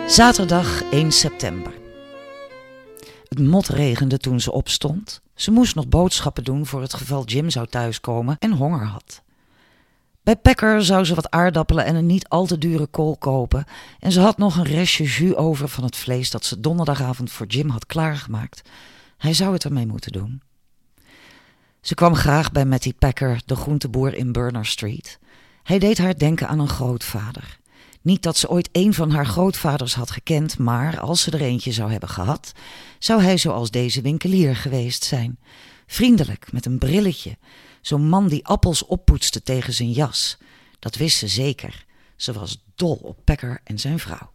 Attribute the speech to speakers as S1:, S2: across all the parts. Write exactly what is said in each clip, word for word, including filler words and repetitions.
S1: Zaterdag één september. Het motregende toen ze opstond. Ze moest nog boodschappen doen voor het geval Jim zou thuiskomen en honger had. Bij Packer zou ze wat aardappelen en een niet al te dure kool kopen en ze had nog een restje jus over van het vlees dat ze donderdagavond voor Jim had klaargemaakt. Hij zou het ermee moeten doen. Ze kwam graag bij Matty Packer, de groenteboer in Burner Street. Hij deed haar denken aan een grootvader. Niet dat ze ooit een van haar grootvaders had gekend, maar als ze er eentje zou hebben gehad, zou hij zoals deze winkelier geweest zijn. Vriendelijk, met een brilletje. Zo'n man die appels oppoetste tegen zijn jas. Dat wist ze zeker. Ze was dol op Packer en zijn vrouw.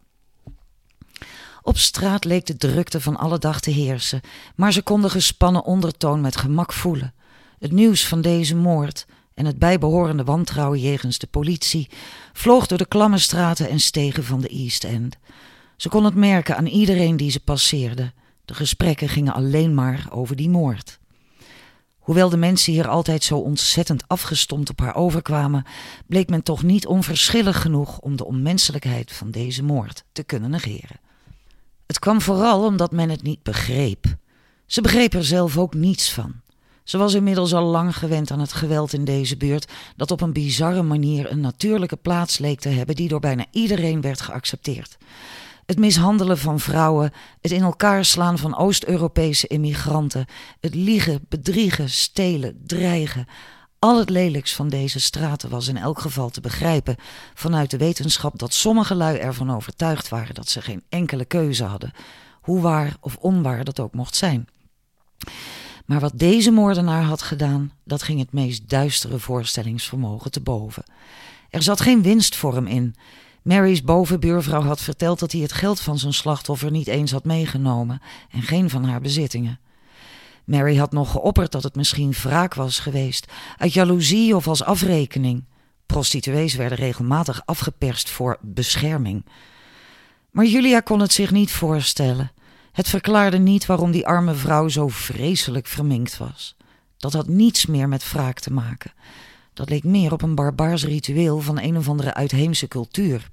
S1: Op straat leek de drukte van alle dag te heersen, maar ze kon de gespannen ondertoon met gemak voelen. Het nieuws van deze moord en het bijbehorende wantrouwen jegens de politie vloog door de klamme straten en stegen van de East End. Ze kon het merken aan iedereen die ze passeerde. De gesprekken gingen alleen maar over die moord. Hoewel de mensen hier altijd zo ontzettend afgestompt op haar overkwamen, bleek men toch niet onverschillig genoeg om de onmenselijkheid van deze moord te kunnen negeren. Het kwam vooral omdat men het niet begreep. Ze begreep er zelf ook niets van. Ze was inmiddels al lang gewend aan het geweld in deze buurt, dat op een bizarre manier een natuurlijke plaats leek te hebben die door bijna iedereen werd geaccepteerd. Het mishandelen van vrouwen, het in elkaar slaan van Oost-Europese immigranten, het liegen, bedriegen, stelen, dreigen. Al het lelijks van deze straten was in elk geval te begrijpen vanuit de wetenschap dat sommige lui ervan overtuigd waren dat ze geen enkele keuze hadden, hoe waar of onwaar dat ook mocht zijn. Maar wat deze moordenaar had gedaan, dat ging het meest duistere voorstellingsvermogen te boven. Er zat geen winst voor hem in. Mary's bovenbuurvrouw had verteld dat hij het geld van zijn slachtoffer niet eens had meegenomen en geen van haar bezittingen. Mary had nog geopperd dat het misschien wraak was geweest, uit jaloezie of als afrekening. Prostituees werden regelmatig afgeperst voor bescherming. Maar Julia kon het zich niet voorstellen. Het verklaarde niet waarom die arme vrouw zo vreselijk verminkt was. Dat had niets meer met wraak te maken. Dat leek meer op een barbaars ritueel van een of andere uitheemse cultuur.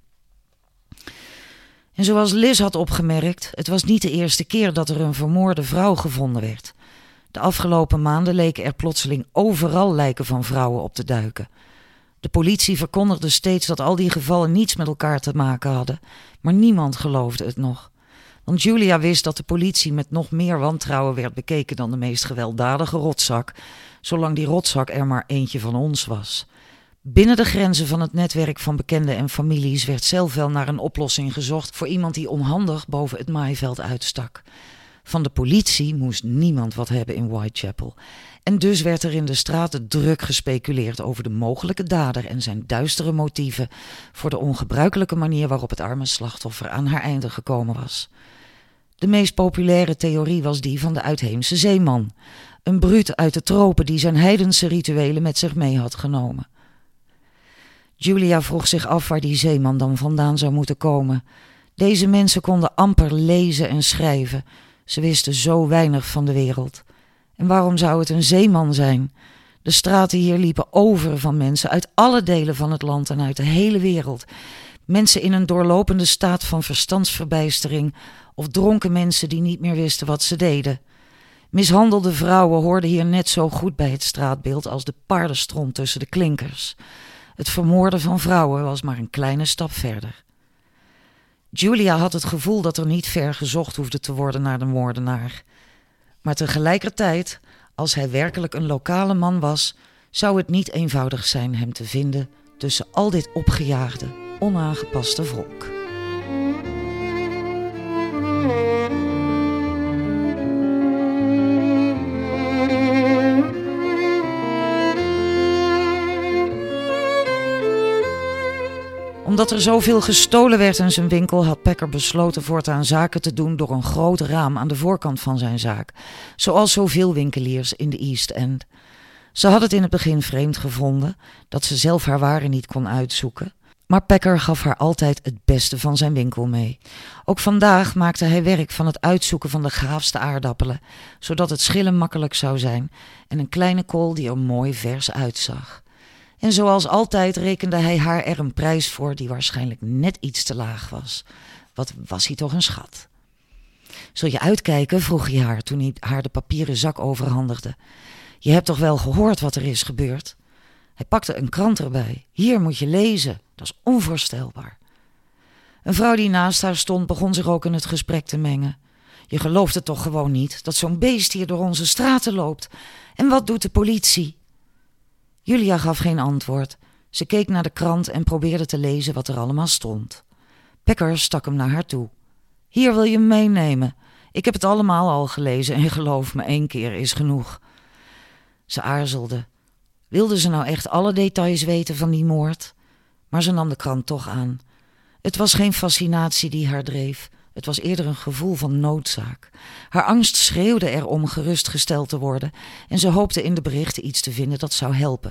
S1: En zoals Liz had opgemerkt, het was niet de eerste keer dat er een vermoorde vrouw gevonden werd. De afgelopen maanden leken er plotseling overal lijken van vrouwen op te duiken. De politie verkondigde steeds dat al die gevallen niets met elkaar te maken hadden, maar niemand geloofde het nog. Want Julia wist dat de politie met nog meer wantrouwen werd bekeken dan de meest gewelddadige rotzak, zolang die rotzak er maar eentje van ons was. Binnen de grenzen van het netwerk van bekenden en families werd zelf wel naar een oplossing gezocht voor iemand die onhandig boven het maaiveld uitstak. Van de politie moest niemand wat hebben in Whitechapel. En dus werd er in de straten druk gespeculeerd over de mogelijke dader en zijn duistere motieven voor de ongebruikelijke manier waarop het arme slachtoffer aan haar einde gekomen was. De meest populaire theorie was die van de uitheemse zeeman. Een bruut uit de tropen die zijn heidense rituelen met zich mee had genomen. Julia vroeg zich af waar die zeeman dan vandaan zou moeten komen. Deze mensen konden amper lezen en schrijven. Ze wisten zo weinig van de wereld. En waarom zou het een zeeman zijn? De straten hier liepen over van mensen uit alle delen van het land en uit de hele wereld. Mensen in een doorlopende staat van verstandsverbijstering of dronken mensen die niet meer wisten wat ze deden. Mishandelde vrouwen hoorden hier net zo goed bij het straatbeeld als de paardenstront tussen de klinkers. Het vermoorden van vrouwen was maar een kleine stap verder. Julia had het gevoel dat er niet ver gezocht hoefde te worden naar de moordenaar. Maar tegelijkertijd, als hij werkelijk een lokale man was, zou het niet eenvoudig zijn hem te vinden tussen al dit opgejaagde, onaangepaste volk. Omdat er zoveel gestolen werd in zijn winkel, had Packer besloten voortaan zaken te doen door een groot raam aan de voorkant van zijn zaak, zoals zoveel winkeliers in de East End. Ze had het in het begin vreemd gevonden dat ze zelf haar waren niet kon uitzoeken, maar Packer gaf haar altijd het beste van zijn winkel mee. Ook vandaag maakte hij werk van het uitzoeken van de gaafste aardappelen, zodat het schillen makkelijk zou zijn en een kleine kool die er mooi vers uitzag. En zoals altijd rekende hij haar er een prijs voor die waarschijnlijk net iets te laag was. Wat was hij toch een schat. Zul je uitkijken, vroeg hij haar toen hij haar de papieren zak overhandigde. Je hebt toch wel gehoord wat er is gebeurd? Hij pakte een krant erbij. Hier moet je lezen. Dat is onvoorstelbaar. Een vrouw die naast haar stond begon zich ook in het gesprek te mengen. Je gelooft het toch gewoon niet dat zo'n beest hier door onze straten loopt. En wat doet de politie? Julia gaf geen antwoord. Ze keek naar de krant en probeerde te lezen wat er allemaal stond. Packer stak hem naar haar toe. Hier, wil je hem meenemen? Ik heb het allemaal al gelezen en geloof me, één keer is genoeg. Ze aarzelde. Wilde ze nou echt alle details weten van die moord? Maar ze nam de krant toch aan. Het was geen fascinatie die haar dreef. Het was eerder een gevoel van noodzaak. Haar angst schreeuwde erom gerustgesteld te worden en ze hoopte in de berichten iets te vinden dat zou helpen.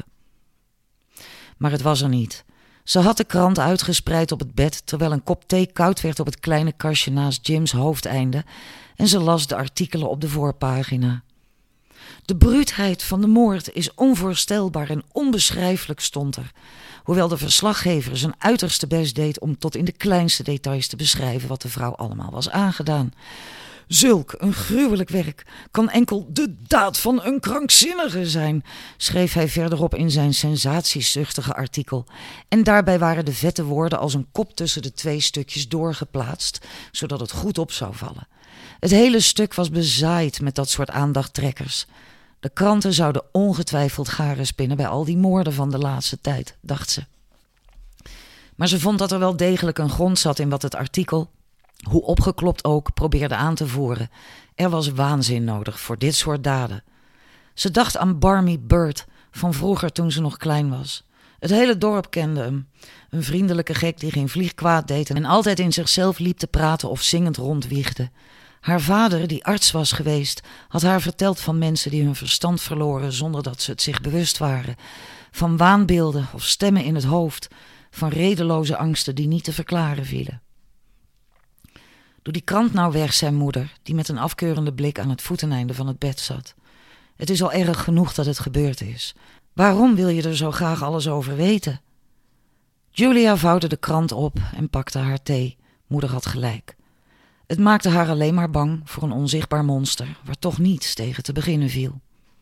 S1: Maar het was er niet. Ze had de krant uitgespreid op het bed terwijl een kop thee koud werd op het kleine kastje naast Jim's hoofdeinde en ze las de artikelen op de voorpagina. De bruutheid van de moord is onvoorstelbaar en onbeschrijfelijk, stond er. Hoewel de verslaggever zijn uiterste best deed om tot in de kleinste details te beschrijven wat de vrouw allemaal was aangedaan. Zulk een gruwelijk werk kan enkel de daad van een krankzinnige zijn, schreef hij verderop in zijn sensatiezuchtige artikel. En daarbij waren de vette woorden als een kop tussen de twee stukjes doorgeplaatst, zodat het goed op zou vallen. Het hele stuk was bezaaid met dat soort aandachttrekkers. De kranten zouden ongetwijfeld garen spinnen bij al die moorden van de laatste tijd, dacht ze. Maar ze vond dat er wel degelijk een grond zat in wat het artikel, hoe opgeklopt ook, probeerde aan te voeren. Er was waanzin nodig voor dit soort daden. Ze dacht aan Barmy Bird van vroeger toen ze nog klein was. Het hele dorp kende hem. Een vriendelijke gek die geen vlieg kwaad deed en altijd in zichzelf liep te praten of zingend rondwiegde. Haar vader, die arts was geweest, had haar verteld van mensen die hun verstand verloren zonder dat ze het zich bewust waren. Van waanbeelden of stemmen in het hoofd, van redeloze angsten die niet te verklaren vielen. Doe die krant nou weg, zei moeder, die met een afkeurende blik aan het voeteneinde van het bed zat. Het is al erg genoeg dat het gebeurd is. Waarom wil je er zo graag alles over weten? Julia vouwde de krant op en pakte haar thee. Moeder had gelijk. Het maakte haar alleen maar bang voor een onzichtbaar monster, waar toch niets tegen te beginnen viel.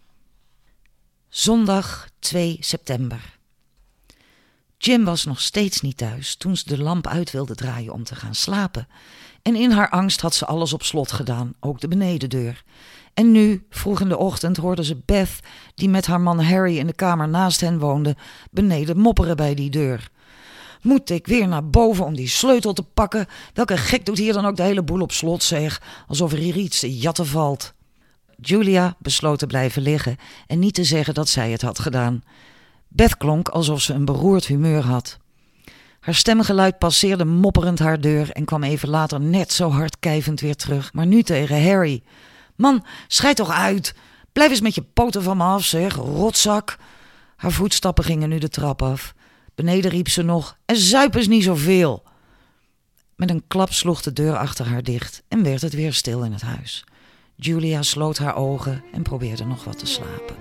S1: Zondag twee september. Jim was nog steeds niet thuis toen ze de lamp uit wilde draaien om te gaan slapen. En in haar angst had ze alles op slot gedaan, ook de benedendeur. En nu, vroeg in de ochtend, hoorde ze Beth, die met haar man Harry in de kamer naast hen woonde, beneden mopperen bij die deur. Moet ik weer naar boven om die sleutel te pakken? Welke gek doet hier dan ook de hele boel op slot, zeg, alsof er hier iets te jatten valt. Julia besloot te blijven liggen en niet te zeggen dat zij het had gedaan. Beth klonk alsof ze een beroerd humeur had. Haar stemgeluid passeerde mopperend haar deur en kwam even later net zo hard kijvend weer terug, maar nu tegen Harry. Man, schei toch uit! Blijf eens met je poten van me af, zeg, rotzak! Haar voetstappen gingen nu de trap af. Beneden riep ze nog, en zuip eens niet zoveel! Met een klap sloeg de deur achter haar dicht en werd het weer stil in het huis. Julia sloot haar ogen en probeerde nog wat te slapen.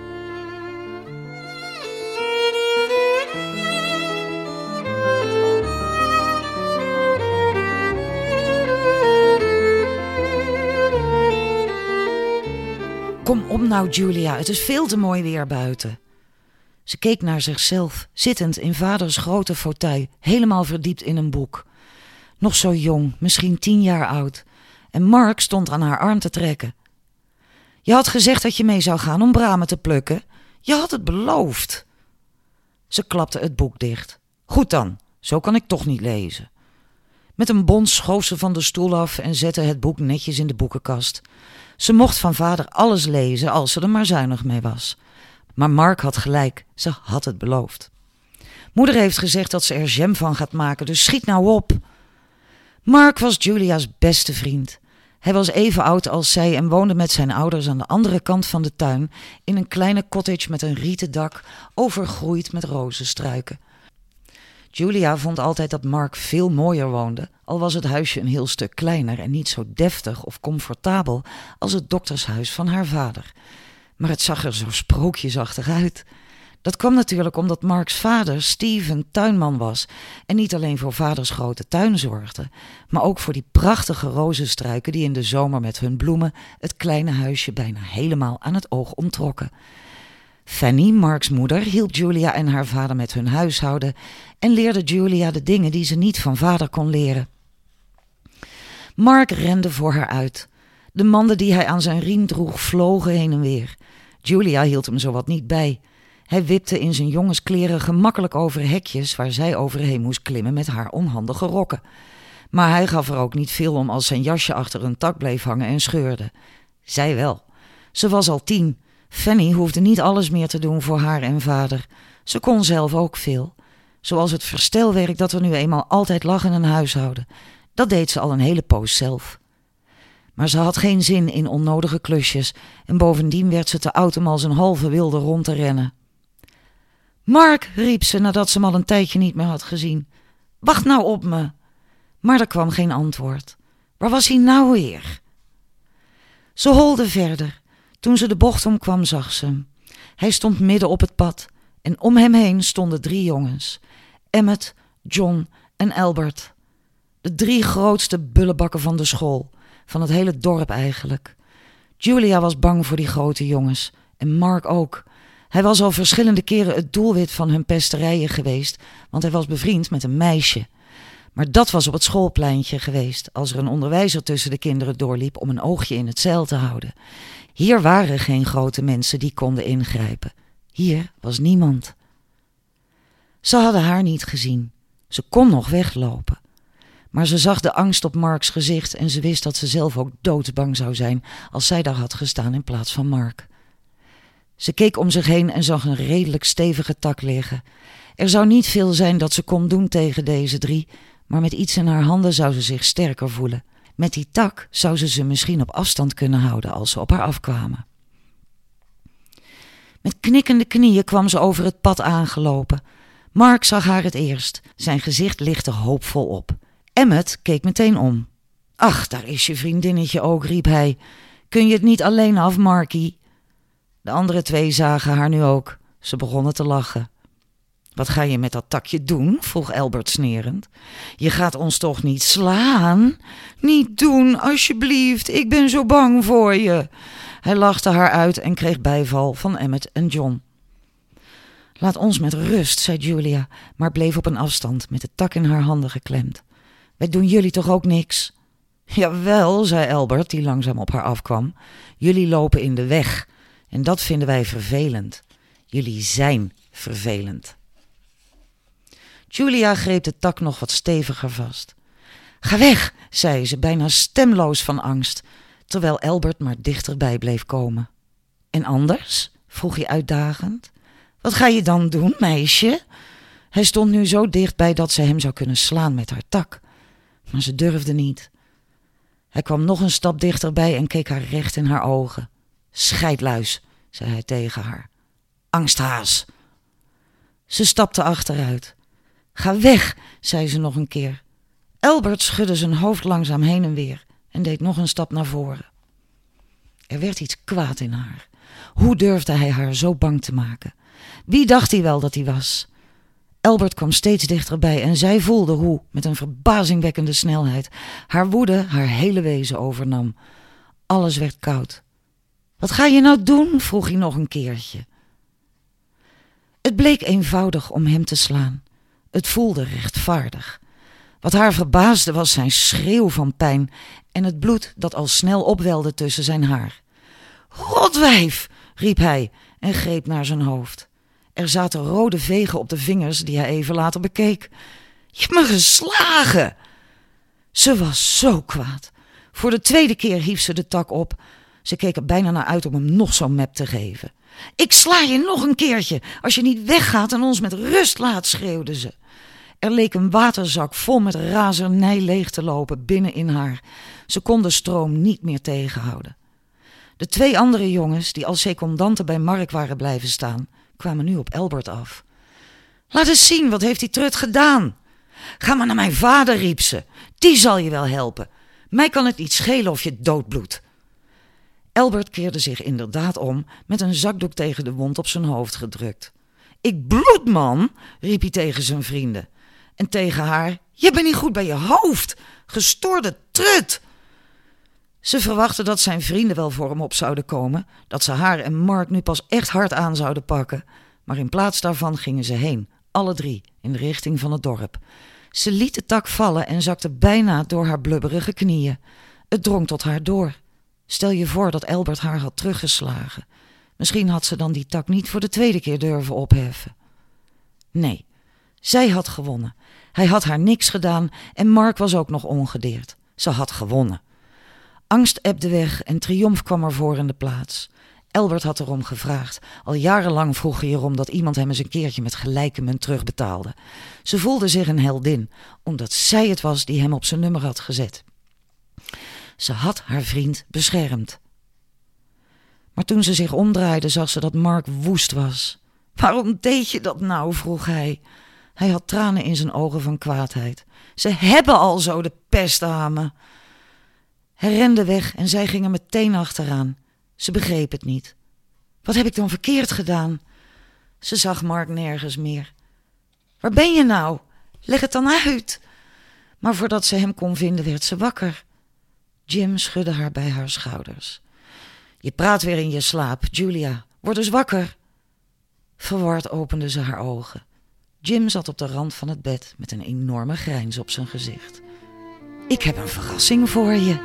S1: Kom op nou, Julia, het is veel te mooi weer buiten. Ze keek naar zichzelf, zittend in vaders grote fauteuil, helemaal verdiept in een boek. Nog zo jong, misschien tien jaar oud. En Mark stond aan haar arm te trekken. Je had gezegd dat je mee zou gaan om bramen te plukken. Je had het beloofd. Ze klapte het boek dicht. Goed dan, zo kan ik toch niet lezen. Met een bons schoof ze van de stoel af en zette het boek netjes in de boekenkast. Ze mocht van vader alles lezen als ze er maar zuinig mee was. Maar Mark had gelijk, ze had het beloofd. Moeder heeft gezegd dat ze er jam van gaat maken, dus schiet nou op. Mark was Julia's beste vriend. Hij was even oud als zij en woonde met zijn ouders aan de andere kant van de tuin in een kleine cottage met een rieten dak, overgroeid met rozenstruiken. Julia vond altijd dat Mark veel mooier woonde, al was het huisje een heel stuk kleiner en niet zo deftig of comfortabel als het doktershuis van haar vader. Maar het zag er zo sprookjesachtig uit. Dat kwam natuurlijk omdat Marks vader Steve een tuinman was en niet alleen voor vaders grote tuin zorgde, maar ook voor die prachtige rozenstruiken die in de zomer met hun bloemen het kleine huisje bijna helemaal aan het oog onttrokken. Fanny, Marks moeder, hielp Julia en haar vader met hun huishouden en leerde Julia de dingen die ze niet van vader kon leren. Mark rende voor haar uit. De manden die hij aan zijn riem droeg vlogen heen en weer. Julia hield hem zowat niet bij. Hij wipte in zijn jongenskleren gemakkelijk over hekjes waar zij overheen moest klimmen met haar onhandige rokken. Maar hij gaf er ook niet veel om als zijn jasje achter een tak bleef hangen en scheurde. Zij wel. Ze was al tien. Fanny hoefde niet alles meer te doen voor haar en vader. Ze kon zelf ook veel. Zoals het verstelwerk dat er nu eenmaal altijd lag in een huishouden. Dat deed ze al een hele poos zelf. Maar ze had geen zin in onnodige klusjes en bovendien werd ze te oud om als een halve wilde rond te rennen. Mark, riep ze nadat ze hem al een tijdje niet meer had gezien. Wacht nou op me. Maar er kwam geen antwoord. Waar was hij nou weer? Ze holde verder. Toen ze de bocht omkwam zag ze hem. Hij stond midden op het pad en om hem heen stonden drie jongens. Emmett, John en Albert. De drie grootste bullebakken van de school. Van het hele dorp eigenlijk. Julia was bang voor die grote jongens. En Mark ook. Hij was al verschillende keren het doelwit van hun pesterijen geweest. Want hij was bevriend met een meisje. Maar dat was op het schoolpleintje geweest. Als er een onderwijzer tussen de kinderen doorliep om een oogje in het zeil te houden. Hier waren geen grote mensen die konden ingrijpen. Hier was niemand. Ze hadden haar niet gezien. Ze kon nog weglopen. Maar ze zag de angst op Marks gezicht en ze wist dat ze zelf ook doodsbang zou zijn als zij daar had gestaan in plaats van Mark. Ze keek om zich heen en zag een redelijk stevige tak liggen. Er zou niet veel zijn dat ze kon doen tegen deze drie, maar met iets in haar handen zou ze zich sterker voelen. Met die tak zou ze ze misschien op afstand kunnen houden als ze op haar afkwamen. Met knikkende knieën kwam ze over het pad aangelopen. Mark zag haar het eerst. Zijn gezicht lichtte hoopvol op. Emmett keek meteen om. Ach, daar is je vriendinnetje ook, riep hij. Kun je het niet alleen af, Markie? De andere twee zagen haar nu ook. Ze begonnen te lachen. Wat ga je met dat takje doen? Vroeg Albert snerend. Je gaat ons toch niet slaan? Niet doen, alsjeblieft, ik ben zo bang voor je. Hij lachte haar uit en kreeg bijval van Emmett en John. Laat ons met rust, zei Julia, maar bleef op een afstand met de tak in haar handen geklemd. Wij doen jullie toch ook niks? Jawel, zei Albert, die langzaam op haar afkwam. Jullie lopen in de weg en dat vinden wij vervelend. Jullie zijn vervelend. Julia greep de tak nog wat steviger vast. Ga weg, zei ze, bijna stemloos van angst, terwijl Albert maar dichterbij bleef komen. En anders? Vroeg hij uitdagend. Wat ga je dan doen, meisje? Hij stond nu zo dichtbij dat ze hem zou kunnen slaan met haar tak. Maar ze durfde niet. Hij kwam nog een stap dichterbij en keek haar recht in haar ogen. Scheidluis, zei hij tegen haar. Angsthaas. Ze stapte achteruit. Ga weg, zei ze nog een keer. Albert schudde zijn hoofd langzaam heen en weer en deed nog een stap naar voren. Er werd iets kwaad in haar. Hoe durfde hij haar zo bang te maken? Wie dacht hij wel dat hij was? Albert kwam steeds dichterbij en zij voelde hoe, met een verbazingwekkende snelheid, haar woede haar hele wezen overnam. Alles werd koud. Wat ga je nou doen? Vroeg hij nog een keertje. Het bleek eenvoudig om hem te slaan. Het voelde rechtvaardig. Wat haar verbaasde was zijn schreeuw van pijn en het bloed dat al snel opwelde tussen zijn haar. Rotwijf, riep hij en greep naar zijn hoofd. Er zaten rode vegen op de vingers die hij even later bekeek. Je hebt me geslagen! Ze was zo kwaad. Voor de tweede keer hief ze de tak op. Ze keek er bijna naar uit om hem nog zo'n mep te geven. Ik sla je nog een keertje als je niet weggaat en ons met rust laat, schreeuwde ze. Er leek een waterzak vol met razernij leeg te lopen binnen in haar. Ze kon de stroom niet meer tegenhouden. De twee andere jongens, die als secondanten bij Mark waren blijven staan, kwamen nu op Albert af. Laat eens zien, wat heeft die trut gedaan? Ga maar naar mijn vader, riep ze. Die zal je wel helpen. Mij kan het niet schelen of je doodbloedt. Albert keerde zich inderdaad om met een zakdoek tegen de wond op zijn hoofd gedrukt. Ik bloed, man, riep hij tegen zijn vrienden. En tegen haar, je bent niet goed bij je hoofd, gestoorde trut. Ze verwachtte dat zijn vrienden wel voor hem op zouden komen, dat ze haar en Mark nu pas echt hard aan zouden pakken. Maar in plaats daarvan gingen ze heen, alle drie, in de richting van het dorp. Ze liet de tak vallen en zakte bijna door haar blubberige knieën. Het drong tot haar door. Stel je voor dat Albert haar had teruggeslagen. Misschien had ze dan die tak niet voor de tweede keer durven opheffen. Nee, zij had gewonnen. Hij had haar niks gedaan en Mark was ook nog ongedeerd. Ze had gewonnen. Angst ebde weg en triomf kwam ervoor in de plaats. Albert had erom gevraagd. Al jarenlang vroeg hij erom dat iemand hem eens een keertje met gelijke munt terugbetaalde. Ze voelde zich een heldin, omdat zij het was die hem op zijn nummer had gezet. Ze had haar vriend beschermd. Maar toen ze zich omdraaide, zag ze dat Mark woest was. Waarom deed je dat nou? Vroeg hij. Hij had tranen in zijn ogen van kwaadheid. Ze hebben al zo de pest aan me. Hij rende weg en zij ging er meteen achteraan. Ze begreep het niet. Wat heb ik dan verkeerd gedaan? Ze zag Mark nergens meer. Waar ben je nou? Leg het dan uit. Maar voordat ze hem kon vinden, werd ze wakker. Jim schudde haar bij haar schouders. Je praat weer in je slaap, Julia. Word eens wakker. Verward opende ze haar ogen. Jim zat op de rand van het bed met een enorme grijns op zijn gezicht. Ik heb een verrassing voor je.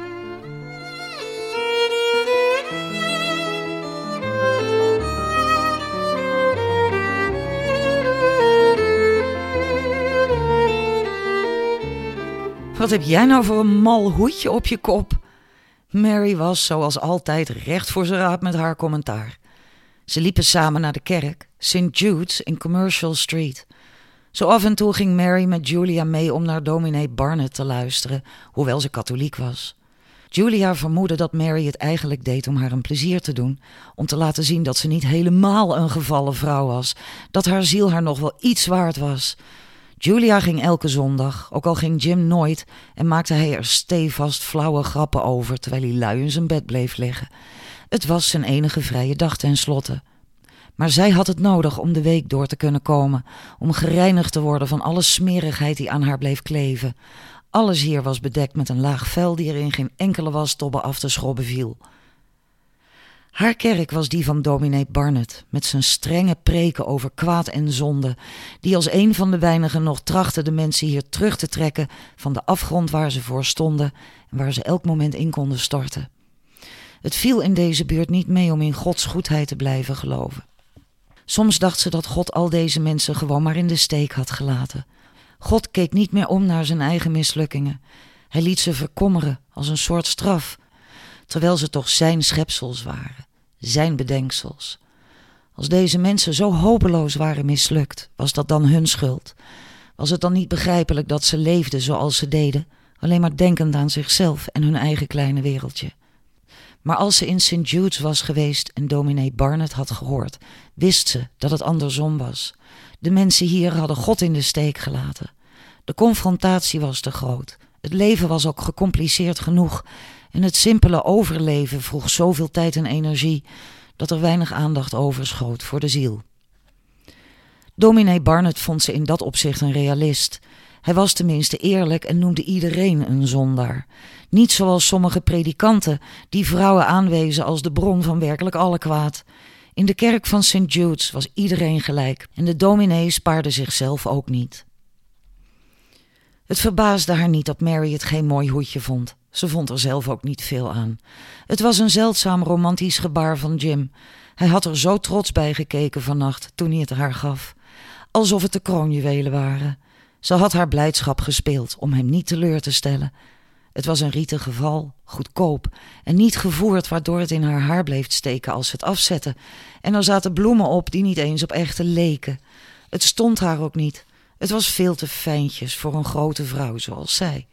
S1: Wat heb jij nou voor een mal hoedje op je kop? Mary was, zoals altijd, recht voor zijn raap met haar commentaar. Ze liepen samen naar de kerk, Saint Jude's in Commercial Street. Zo af en toe ging Mary met Julia mee om naar dominee Barnett te luisteren, hoewel ze katholiek was. Julia vermoedde dat Mary het eigenlijk deed om haar een plezier te doen, om te laten zien dat ze niet helemaal een gevallen vrouw was, dat haar ziel haar nog wel iets waard was. Julia ging elke zondag, ook al ging Jim nooit, en maakte hij er stevast flauwe grappen over terwijl hij lui in zijn bed bleef liggen. Het was zijn enige vrije dag tenslotte. Maar zij had het nodig om de week door te kunnen komen, om gereinigd te worden van alle smerigheid die aan haar bleef kleven. Alles hier was bedekt met een laag vel die er in geen enkele wastobbe af te schrobben viel. Haar kerk was die van dominee Barnett, met zijn strenge preken over kwaad en zonde, die als een van de weinigen nog trachtte de mensen hier terug te trekken van de afgrond waar ze voor stonden en waar ze elk moment in konden storten. Het viel in deze buurt niet mee om in Gods goedheid te blijven geloven. Soms dacht ze dat God al deze mensen gewoon maar in de steek had gelaten. God keek niet meer om naar zijn eigen mislukkingen. Hij liet ze verkommeren als een soort straf, terwijl ze toch zijn schepsels waren, zijn bedenksels. Als deze mensen zo hopeloos waren mislukt, was dat dan hun schuld? Was het dan niet begrijpelijk dat ze leefden zoals ze deden, alleen maar denkend aan zichzelf en hun eigen kleine wereldje? Maar als ze in Saint Jude's was geweest en dominee Barnett had gehoord, wist ze dat het andersom was. De mensen hier hadden God in de steek gelaten. De confrontatie was te groot. Het leven was ook gecompliceerd genoeg. En het simpele overleven vroeg zoveel tijd en energie dat er weinig aandacht overschoot voor de ziel. Dominee Barnett vond ze in dat opzicht een realist. Hij was tenminste eerlijk en noemde iedereen een zondaar. Niet zoals sommige predikanten die vrouwen aanwezen als de bron van werkelijk alle kwaad. In de kerk van Saint Jude's was iedereen gelijk en de dominee spaarde zichzelf ook niet. Het verbaasde haar niet dat Mary het geen mooi hoedje vond. Ze vond er zelf ook niet veel aan. Het was een zeldzaam romantisch gebaar van Jim. Hij had er zo trots bij gekeken vannacht toen hij het haar gaf. Alsof het de kroonjuwelen waren. Ze had haar blijdschap gespeeld om hem niet teleur te stellen. Het was een rieten geval, goedkoop en niet gevoerd waardoor het in haar haar bleef steken als ze het afzette. En er zaten bloemen op die niet eens op echte leken. Het stond haar ook niet. Het was veel te fijntjes voor een grote vrouw zoals zij.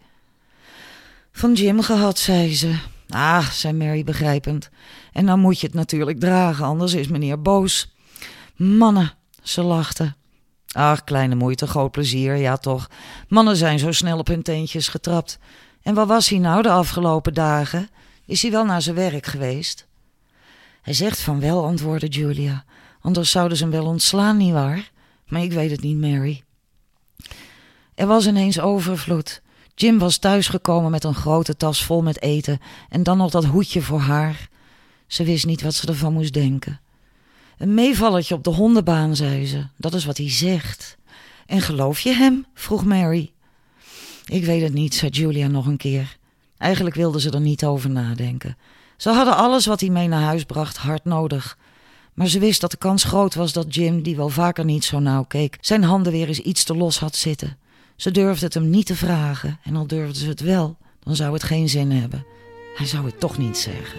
S1: Van Jim gehad, zei ze. Ah, zei Mary begrijpend. En dan moet je het natuurlijk dragen, anders is meneer boos. Mannen, ze lachte. Ach, kleine moeite, groot plezier, ja toch. Mannen zijn zo snel op hun teentjes getrapt. En waar was hij nou de afgelopen dagen? Is hij wel naar zijn werk geweest? Hij zegt van wel, antwoordde Julia. Anders zouden ze hem wel ontslaan, nietwaar? maar ik weet het niet, Mary. Er was ineens overvloed. Jim was thuisgekomen met een grote tas vol met eten en dan nog dat hoedje voor haar. Ze wist niet wat ze ervan moest denken. Een meevallertje op de hondenbaan, zei ze. Dat is wat hij zegt. En geloof je hem? Vroeg Mary. Ik weet het niet, zei Julia nog een keer. Eigenlijk wilde ze er niet over nadenken. Ze hadden alles wat hij mee naar huis bracht hard nodig. Maar ze wist dat de kans groot was dat Jim, die wel vaker niet zo nauw keek, zijn handen weer eens iets te los had zitten. Ze durfde het hem niet te vragen en al durfde ze het wel, dan zou het geen zin hebben. Hij zou het toch niet zeggen.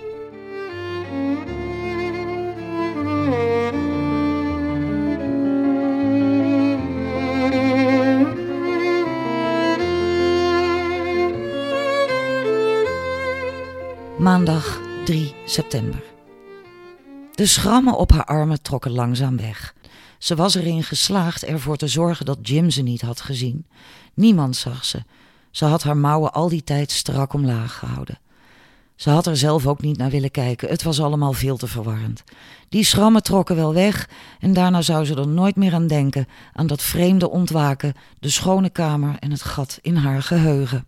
S1: Maandag drie september. De schrammen op haar armen trokken langzaam weg. Ze was erin geslaagd ervoor te zorgen dat Jim ze niet had gezien. Niemand zag ze. Ze had haar mouwen al die tijd strak omlaag gehouden. Ze had er zelf ook niet naar willen kijken. Het was allemaal veel te verwarrend. Die schrammen trokken wel weg en daarna zou ze er nooit meer aan denken, aan dat vreemde ontwaken, de schone kamer en het gat in haar geheugen.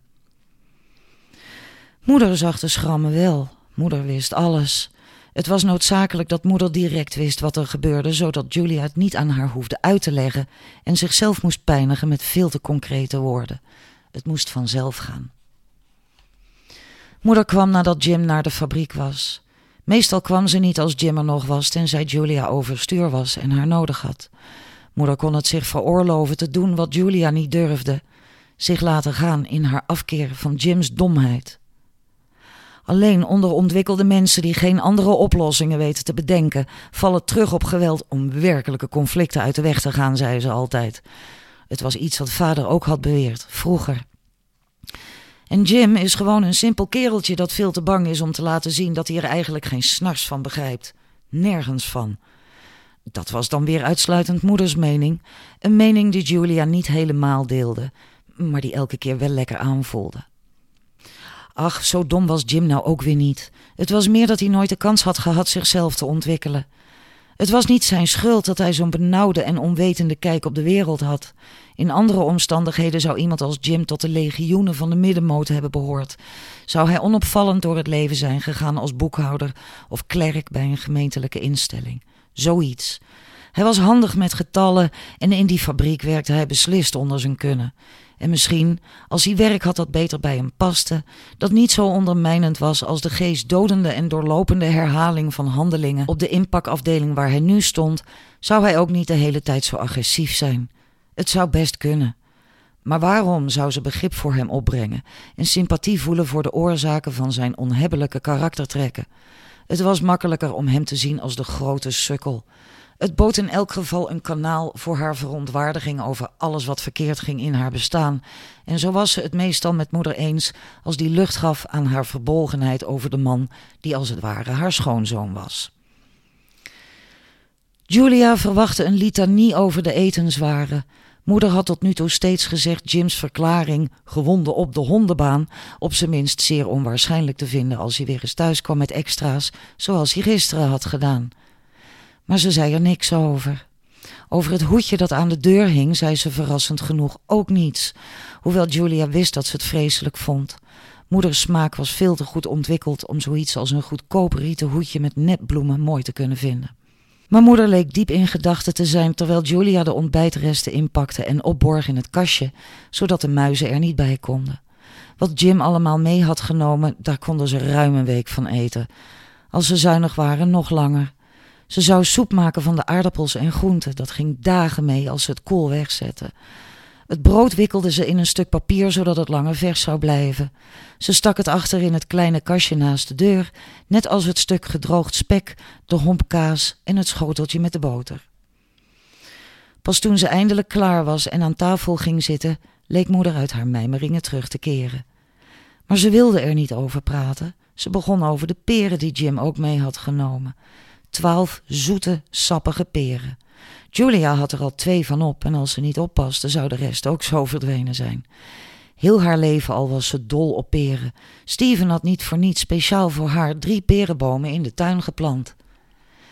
S1: Moeder zag de schrammen wel. Moeder wist alles. Het was noodzakelijk dat moeder direct wist wat er gebeurde, zodat Julia het niet aan haar hoefde uit te leggen en zichzelf moest pijnigen met veel te concrete woorden. Het moest vanzelf gaan. Moeder kwam nadat Jim naar de fabriek was. Meestal kwam ze niet als Jim er nog was, tenzij Julia overstuur was en haar nodig had. Moeder kon het zich veroorloven te doen wat Julia niet durfde, zich laten gaan in haar afkeer van Jims domheid. Alleen onderontwikkelde mensen die geen andere oplossingen weten te bedenken, vallen terug op geweld om werkelijke conflicten uit de weg te gaan, zei ze altijd. Het was iets wat vader ook had beweerd, vroeger. En Jim is gewoon een simpel kereltje dat veel te bang is om te laten zien dat hij er eigenlijk geen snars van begrijpt. Nergens van. Dat was dan weer uitsluitend moeders mening. Een mening die Julia niet helemaal deelde, maar die elke keer wel lekker aanvoelde. Ach, zo dom was Jim nou ook weer niet. Het was meer dat hij nooit de kans had gehad zichzelf te ontwikkelen. Het was niet zijn schuld dat hij zo'n benauwde en onwetende kijk op de wereld had. In andere omstandigheden zou iemand als Jim tot de legioenen van de middenmoot hebben behoord. Zou hij onopvallend door het leven zijn gegaan als boekhouder of klerk bij een gemeentelijke instelling. Zoiets. Hij was handig met getallen en in die fabriek werkte hij beslist onder zijn kunnen. En misschien, als hij werk had dat beter bij hem paste, dat niet zo ondermijnend was als de geestdodende en doorlopende herhaling van handelingen op de inpakafdeling waar hij nu stond, zou hij ook niet de hele tijd zo agressief zijn. Het zou best kunnen. Maar waarom zou ze begrip voor hem opbrengen en sympathie voelen voor de oorzaken van zijn onhebbelijke karaktertrekken? Het was makkelijker om hem te zien als de grote sukkel. Het bood in elk geval een kanaal voor haar verontwaardiging over alles wat verkeerd ging in haar bestaan. En zo was ze het meestal met moeder eens als die lucht gaf aan haar verbolgenheid over de man die als het ware haar schoonzoon was. Julia verwachtte een litanie over de etenswaren. Moeder had tot nu toe steeds gezegd Jims verklaring, gewonden op de hondenbaan, op zijn minst zeer onwaarschijnlijk te vinden als hij weer eens thuis kwam met extra's, zoals hij gisteren had gedaan. Maar ze zei er niks over. Over het hoedje dat aan de deur hing, zei ze verrassend genoeg ook niets, hoewel Julia wist dat ze het vreselijk vond. Moeders smaak was veel te goed ontwikkeld om zoiets als een goedkoop rieten hoedje met nepbloemen mooi te kunnen vinden. Maar moeder leek diep in gedachten te zijn terwijl Julia de ontbijtresten inpakte en opborg in het kastje, zodat de muizen er niet bij konden. Wat Jim allemaal mee had genomen, daar konden ze ruim een week van eten. Als ze zuinig waren, nog langer. Ze zou soep maken van de aardappels en groenten, dat ging dagen mee als ze het koel wegzetten. Het brood wikkelde ze in een stuk papier, zodat het langer vers zou blijven. Ze stak het achter in het kleine kastje naast de deur, net als het stuk gedroogd spek, de homp kaas en het schoteltje met de boter. Pas toen ze eindelijk klaar was en aan tafel ging zitten, leek moeder uit haar mijmeringen terug te keren. Maar ze wilde er niet over praten. Ze begon over de peren die Jim ook mee had genomen. Twaalf zoete, sappige peren. Julia had er al twee van op en als ze niet oppaste zou de rest ook zo verdwenen zijn. Heel haar leven al was ze dol op peren. Steven had niet voor niets speciaal voor haar drie perenbomen in de tuin geplant.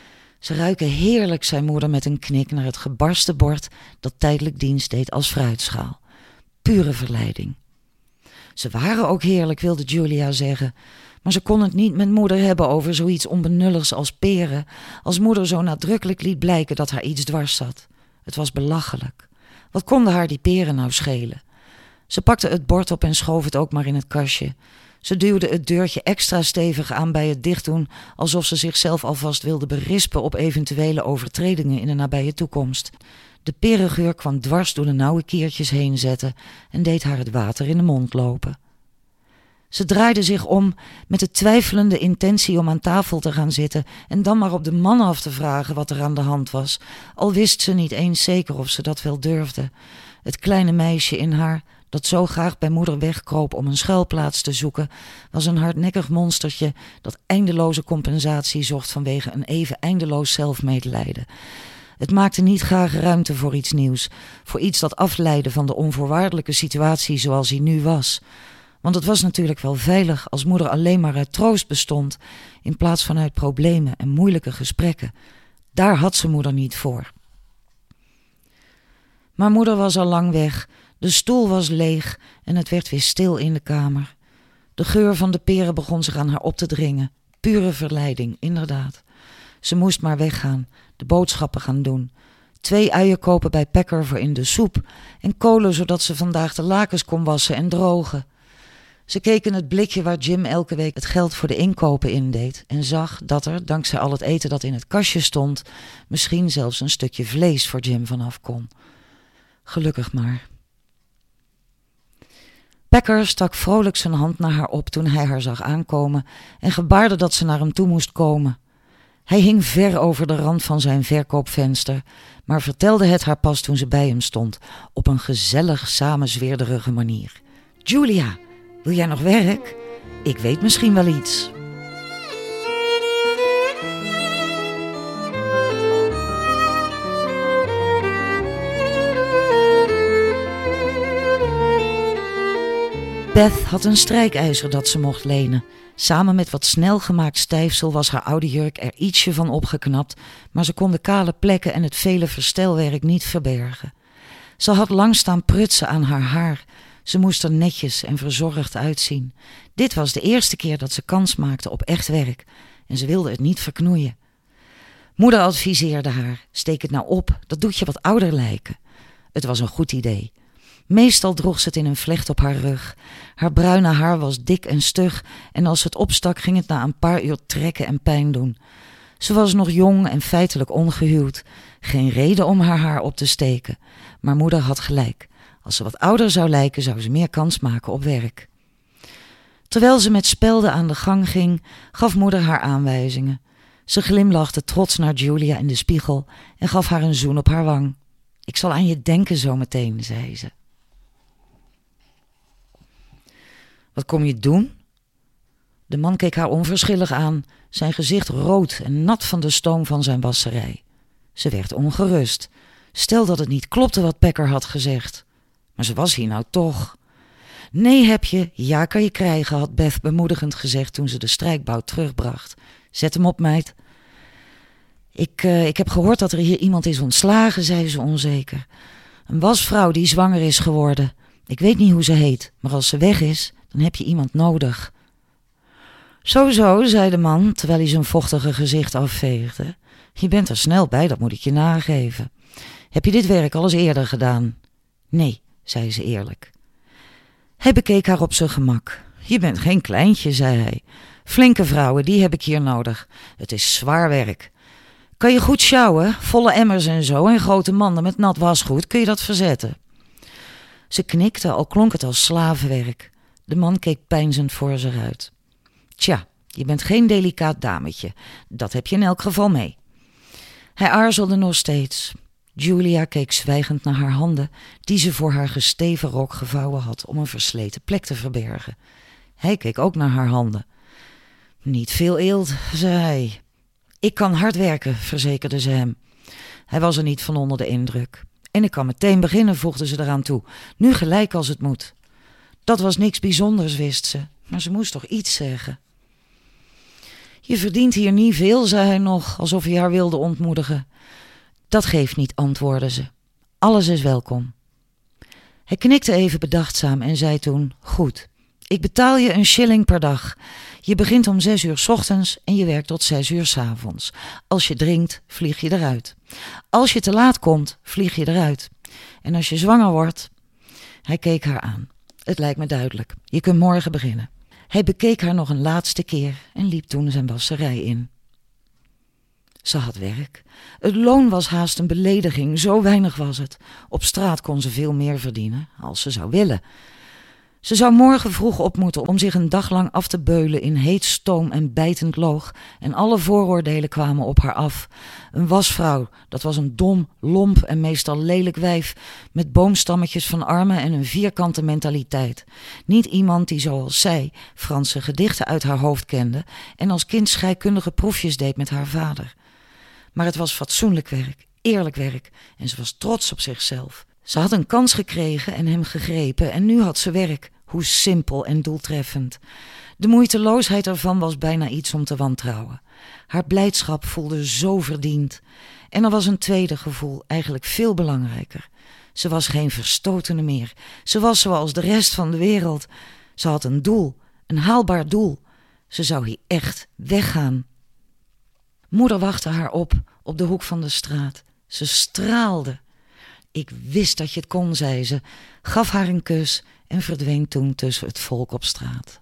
S1: Ze ruiken heerlijk, zei moeder met een knik naar het gebarsten bord dat tijdelijk dienst deed als fruitschaal. Pure verleiding. Ze waren ook heerlijk, wilde Julia zeggen, maar ze kon het niet met moeder hebben over zoiets onbenulligs als peren, als moeder zo nadrukkelijk liet blijken dat haar iets dwars zat. Het was belachelijk. Wat konden haar die peren nou schelen? Ze pakte het bord op en schoof het ook maar in het kastje. Ze duwde het deurtje extra stevig aan bij het dichtdoen, alsof ze zichzelf alvast wilde berispen op eventuele overtredingen in de nabije toekomst. De perengeur kwam dwars door de nauwe kiertjes heen zetten en deed haar het water in de mond lopen. Ze draaide zich om met de twijfelende intentie om aan tafel te gaan zitten en dan maar op de man af te vragen wat er aan de hand was, al wist ze niet eens zeker of ze dat wel durfde. Het kleine meisje in haar, dat zo graag bij moeder wegkroop om een schuilplaats te zoeken, was een hardnekkig monstertje dat eindeloze compensatie zocht vanwege een even eindeloos zelfmedelijden. Het maakte niet graag ruimte voor iets nieuws, voor iets dat afleidde van de onvoorwaardelijke situatie zoals die nu was. Want het was natuurlijk wel veilig als moeder alleen maar uit troost bestond, in plaats van uit problemen en moeilijke gesprekken. Daar had ze moeder niet voor. Maar moeder was al lang weg, de stoel was leeg en het werd weer stil in de kamer. De geur van de peren begon zich aan haar op te dringen. Pure verleiding, inderdaad. Ze moest maar weggaan, de boodschappen gaan doen. Twee uien kopen bij Packer voor in de soep en kolen zodat ze vandaag de lakens kon wassen en drogen. Ze keek in het blikje waar Jim elke week het geld voor de inkopen indeed en zag dat er, dankzij al het eten dat in het kastje stond, misschien zelfs een stukje vlees voor Jim vanaf kon. Gelukkig maar. Packer stak vrolijk zijn hand naar haar op toen hij haar zag aankomen en gebaarde dat ze naar hem toe moest komen. Hij hing ver over de rand van zijn verkoopvenster, maar vertelde het haar pas toen ze bij hem stond, op een gezellig samenzweerderige manier. Julia, wil jij nog werk? Ik weet misschien wel iets. Beth had een strijkijzer dat ze mocht lenen. Samen met wat snel gemaakt stijfsel was haar oude jurk er ietsje van opgeknapt, maar ze kon de kale plekken en het vele verstelwerk niet verbergen. Ze had lang staan prutsen aan haar haar. Ze moest er netjes en verzorgd uitzien. Dit was de eerste keer dat ze kans maakte op echt werk en ze wilde het niet verknoeien. Moeder adviseerde haar, steek het nou op, dat doet je wat ouder lijken. Het was een goed idee. Meestal droeg ze het in een vlecht op haar rug. Haar bruine haar was dik en stug en als ze het opstak ging het na een paar uur trekken en pijn doen. Ze was nog jong en feitelijk ongehuwd. Geen reden om haar haar op te steken. Maar moeder had gelijk. Als ze wat ouder zou lijken, zou ze meer kans maken op werk. Terwijl ze met spelden aan de gang ging, gaf moeder haar aanwijzingen. Ze glimlachte trots naar Julia in de spiegel en gaf haar een zoen op haar wang. Ik zal aan je denken zometeen, zei ze. Wat kom je doen? De man keek haar onverschillig aan, zijn gezicht rood en nat van de stoom van zijn wasserij. Ze werd ongerust. Stel dat het niet klopte wat Packer had gezegd. Maar ze was hier nou toch. Nee heb je, ja kan je krijgen, had Beth bemoedigend gezegd toen ze de strijkbout terugbracht. Zet hem op, meid. Ik, uh, ik heb gehoord dat er hier iemand is ontslagen, zei ze onzeker. Een wasvrouw die zwanger is geworden. Ik weet niet hoe ze heet, maar als ze weg is, dan heb je iemand nodig. Zo zo, zei de man, terwijl hij zijn vochtige gezicht afveegde. Je bent er snel bij, dat moet ik je nageven. Heb je dit werk al eens eerder gedaan? Nee, zei ze eerlijk. Hij bekeek haar op zijn gemak. Je bent geen kleintje, zei hij. Flinke vrouwen, die heb ik hier nodig. Het is zwaar werk. Kan je goed sjouwen, volle emmers en zo, en grote manden met nat wasgoed, kun je dat verzetten? Ze knikte, al klonk het als slavenwerk. De man keek peinzend voor zich uit. Tja, je bent geen delicaat dametje. Dat heb je in elk geval mee. Hij aarzelde nog steeds. Julia keek zwijgend naar haar handen, die ze voor haar gesteven rok gevouwen had om een versleten plek te verbergen. Hij keek ook naar haar handen. Niet veel eelt, zei hij. Ik kan hard werken, verzekerde ze hem. Hij was er niet van onder de indruk. En ik kan meteen beginnen, voegde ze eraan toe. Nu gelijk als het moet. Dat was niks bijzonders, wist ze, maar ze moest toch iets zeggen. Je verdient hier niet veel, zei hij nog, alsof hij haar wilde ontmoedigen. Dat geeft niet, antwoordde ze. Alles is welkom. Hij knikte even bedachtzaam en zei toen, goed, ik betaal je een shilling per dag. Je begint om zes uur 's ochtends en je werkt tot zes uur 's avonds. Als je drinkt, vlieg je eruit. Als je te laat komt, vlieg je eruit. En als je zwanger wordt... Hij keek haar aan. Het lijkt me duidelijk. Je kunt morgen beginnen. Hij bekeek haar nog een laatste keer en liep toen zijn wasserij in. Ze had werk. Het loon was haast een belediging, zo weinig was het. Op straat kon ze veel meer verdienen, als ze zou willen. Ze zou morgen vroeg op moeten om zich een dag lang af te beulen in heet stoom en bijtend loog, en alle vooroordelen kwamen op haar af. Een wasvrouw, dat was een dom, lomp en meestal lelijk wijf, met boomstammetjes van armen en een vierkante mentaliteit. Niet iemand die zoals zij Franse gedichten uit haar hoofd kende en als kind scheikundige proefjes deed met haar vader. Maar het was fatsoenlijk werk, eerlijk werk, en ze was trots op zichzelf. Ze had een kans gekregen en hem gegrepen en nu had ze werk. Hoe simpel en doeltreffend. De moeiteloosheid ervan was bijna iets om te wantrouwen. Haar blijdschap voelde zo verdiend. En er was een tweede gevoel, eigenlijk veel belangrijker. Ze was geen verstotene meer. Ze was zoals de rest van de wereld. Ze had een doel, een haalbaar doel. Ze zou hier echt weggaan. Moeder wachtte haar op, op de hoek van de straat. Ze straalde. Ik wist dat je het kon, zei ze, gaf haar een kus en verdween toen tussen het volk op straat.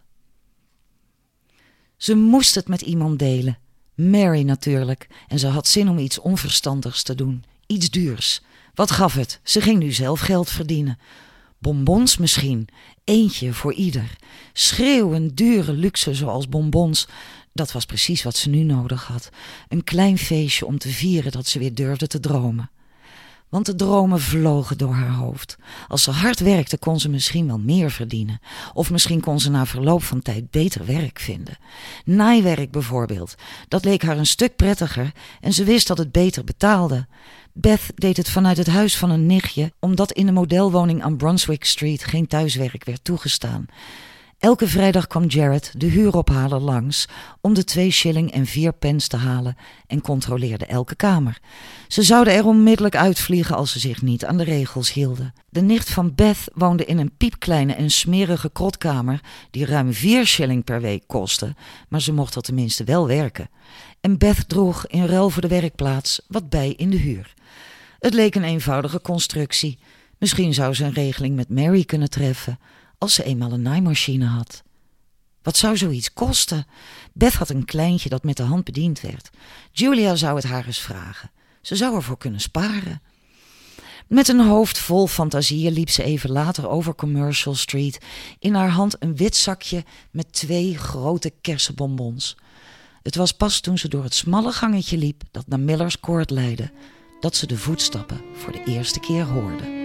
S1: Ze moest het met iemand delen. Mary natuurlijk. En ze had zin om iets onverstandigs te doen. Iets duurs. Wat gaf het? Ze ging nu zelf geld verdienen. Bonbons misschien. Eentje voor ieder. Schreeuwend dure luxe zoals bonbons. Dat was precies wat ze nu nodig had. Een klein feestje om te vieren dat ze weer durfde te dromen. Want de dromen vlogen door haar hoofd. Als ze hard werkte kon ze misschien wel meer verdienen. Of misschien kon ze na verloop van tijd beter werk vinden. Naaiwerk bijvoorbeeld. Dat leek haar een stuk prettiger en ze wist dat het beter betaalde. Beth deed het vanuit het huis van een nichtje, omdat in de modelwoning aan Brunswick Street geen thuiswerk werd toegestaan. Elke vrijdag kwam Jared, de huurophalen, langs om de twee shilling en vier pence te halen en controleerde elke kamer. Ze zouden er onmiddellijk uitvliegen als ze zich niet aan de regels hielden. De nicht van Beth woonde in een piepkleine en smerige krotkamer die ruim vier shilling per week kostte, maar ze mocht er tenminste wel werken. En Beth droeg in ruil voor de werkplaats wat bij in de huur. Het leek een eenvoudige constructie. Misschien zou ze een regeling met Mary kunnen treffen, als ze eenmaal een naaimachine had. Wat zou zoiets kosten? Beth had een kleintje dat met de hand bediend werd. Julia zou het haar eens vragen. Ze zou ervoor kunnen sparen. Met een hoofd vol fantasieën liep ze even later over Commercial Street. In haar hand een wit zakje met twee grote kersenbonbons. Het was pas toen ze door het smalle gangetje liep dat naar Miller's Court leidde, dat ze de voetstappen voor de eerste keer hoorde.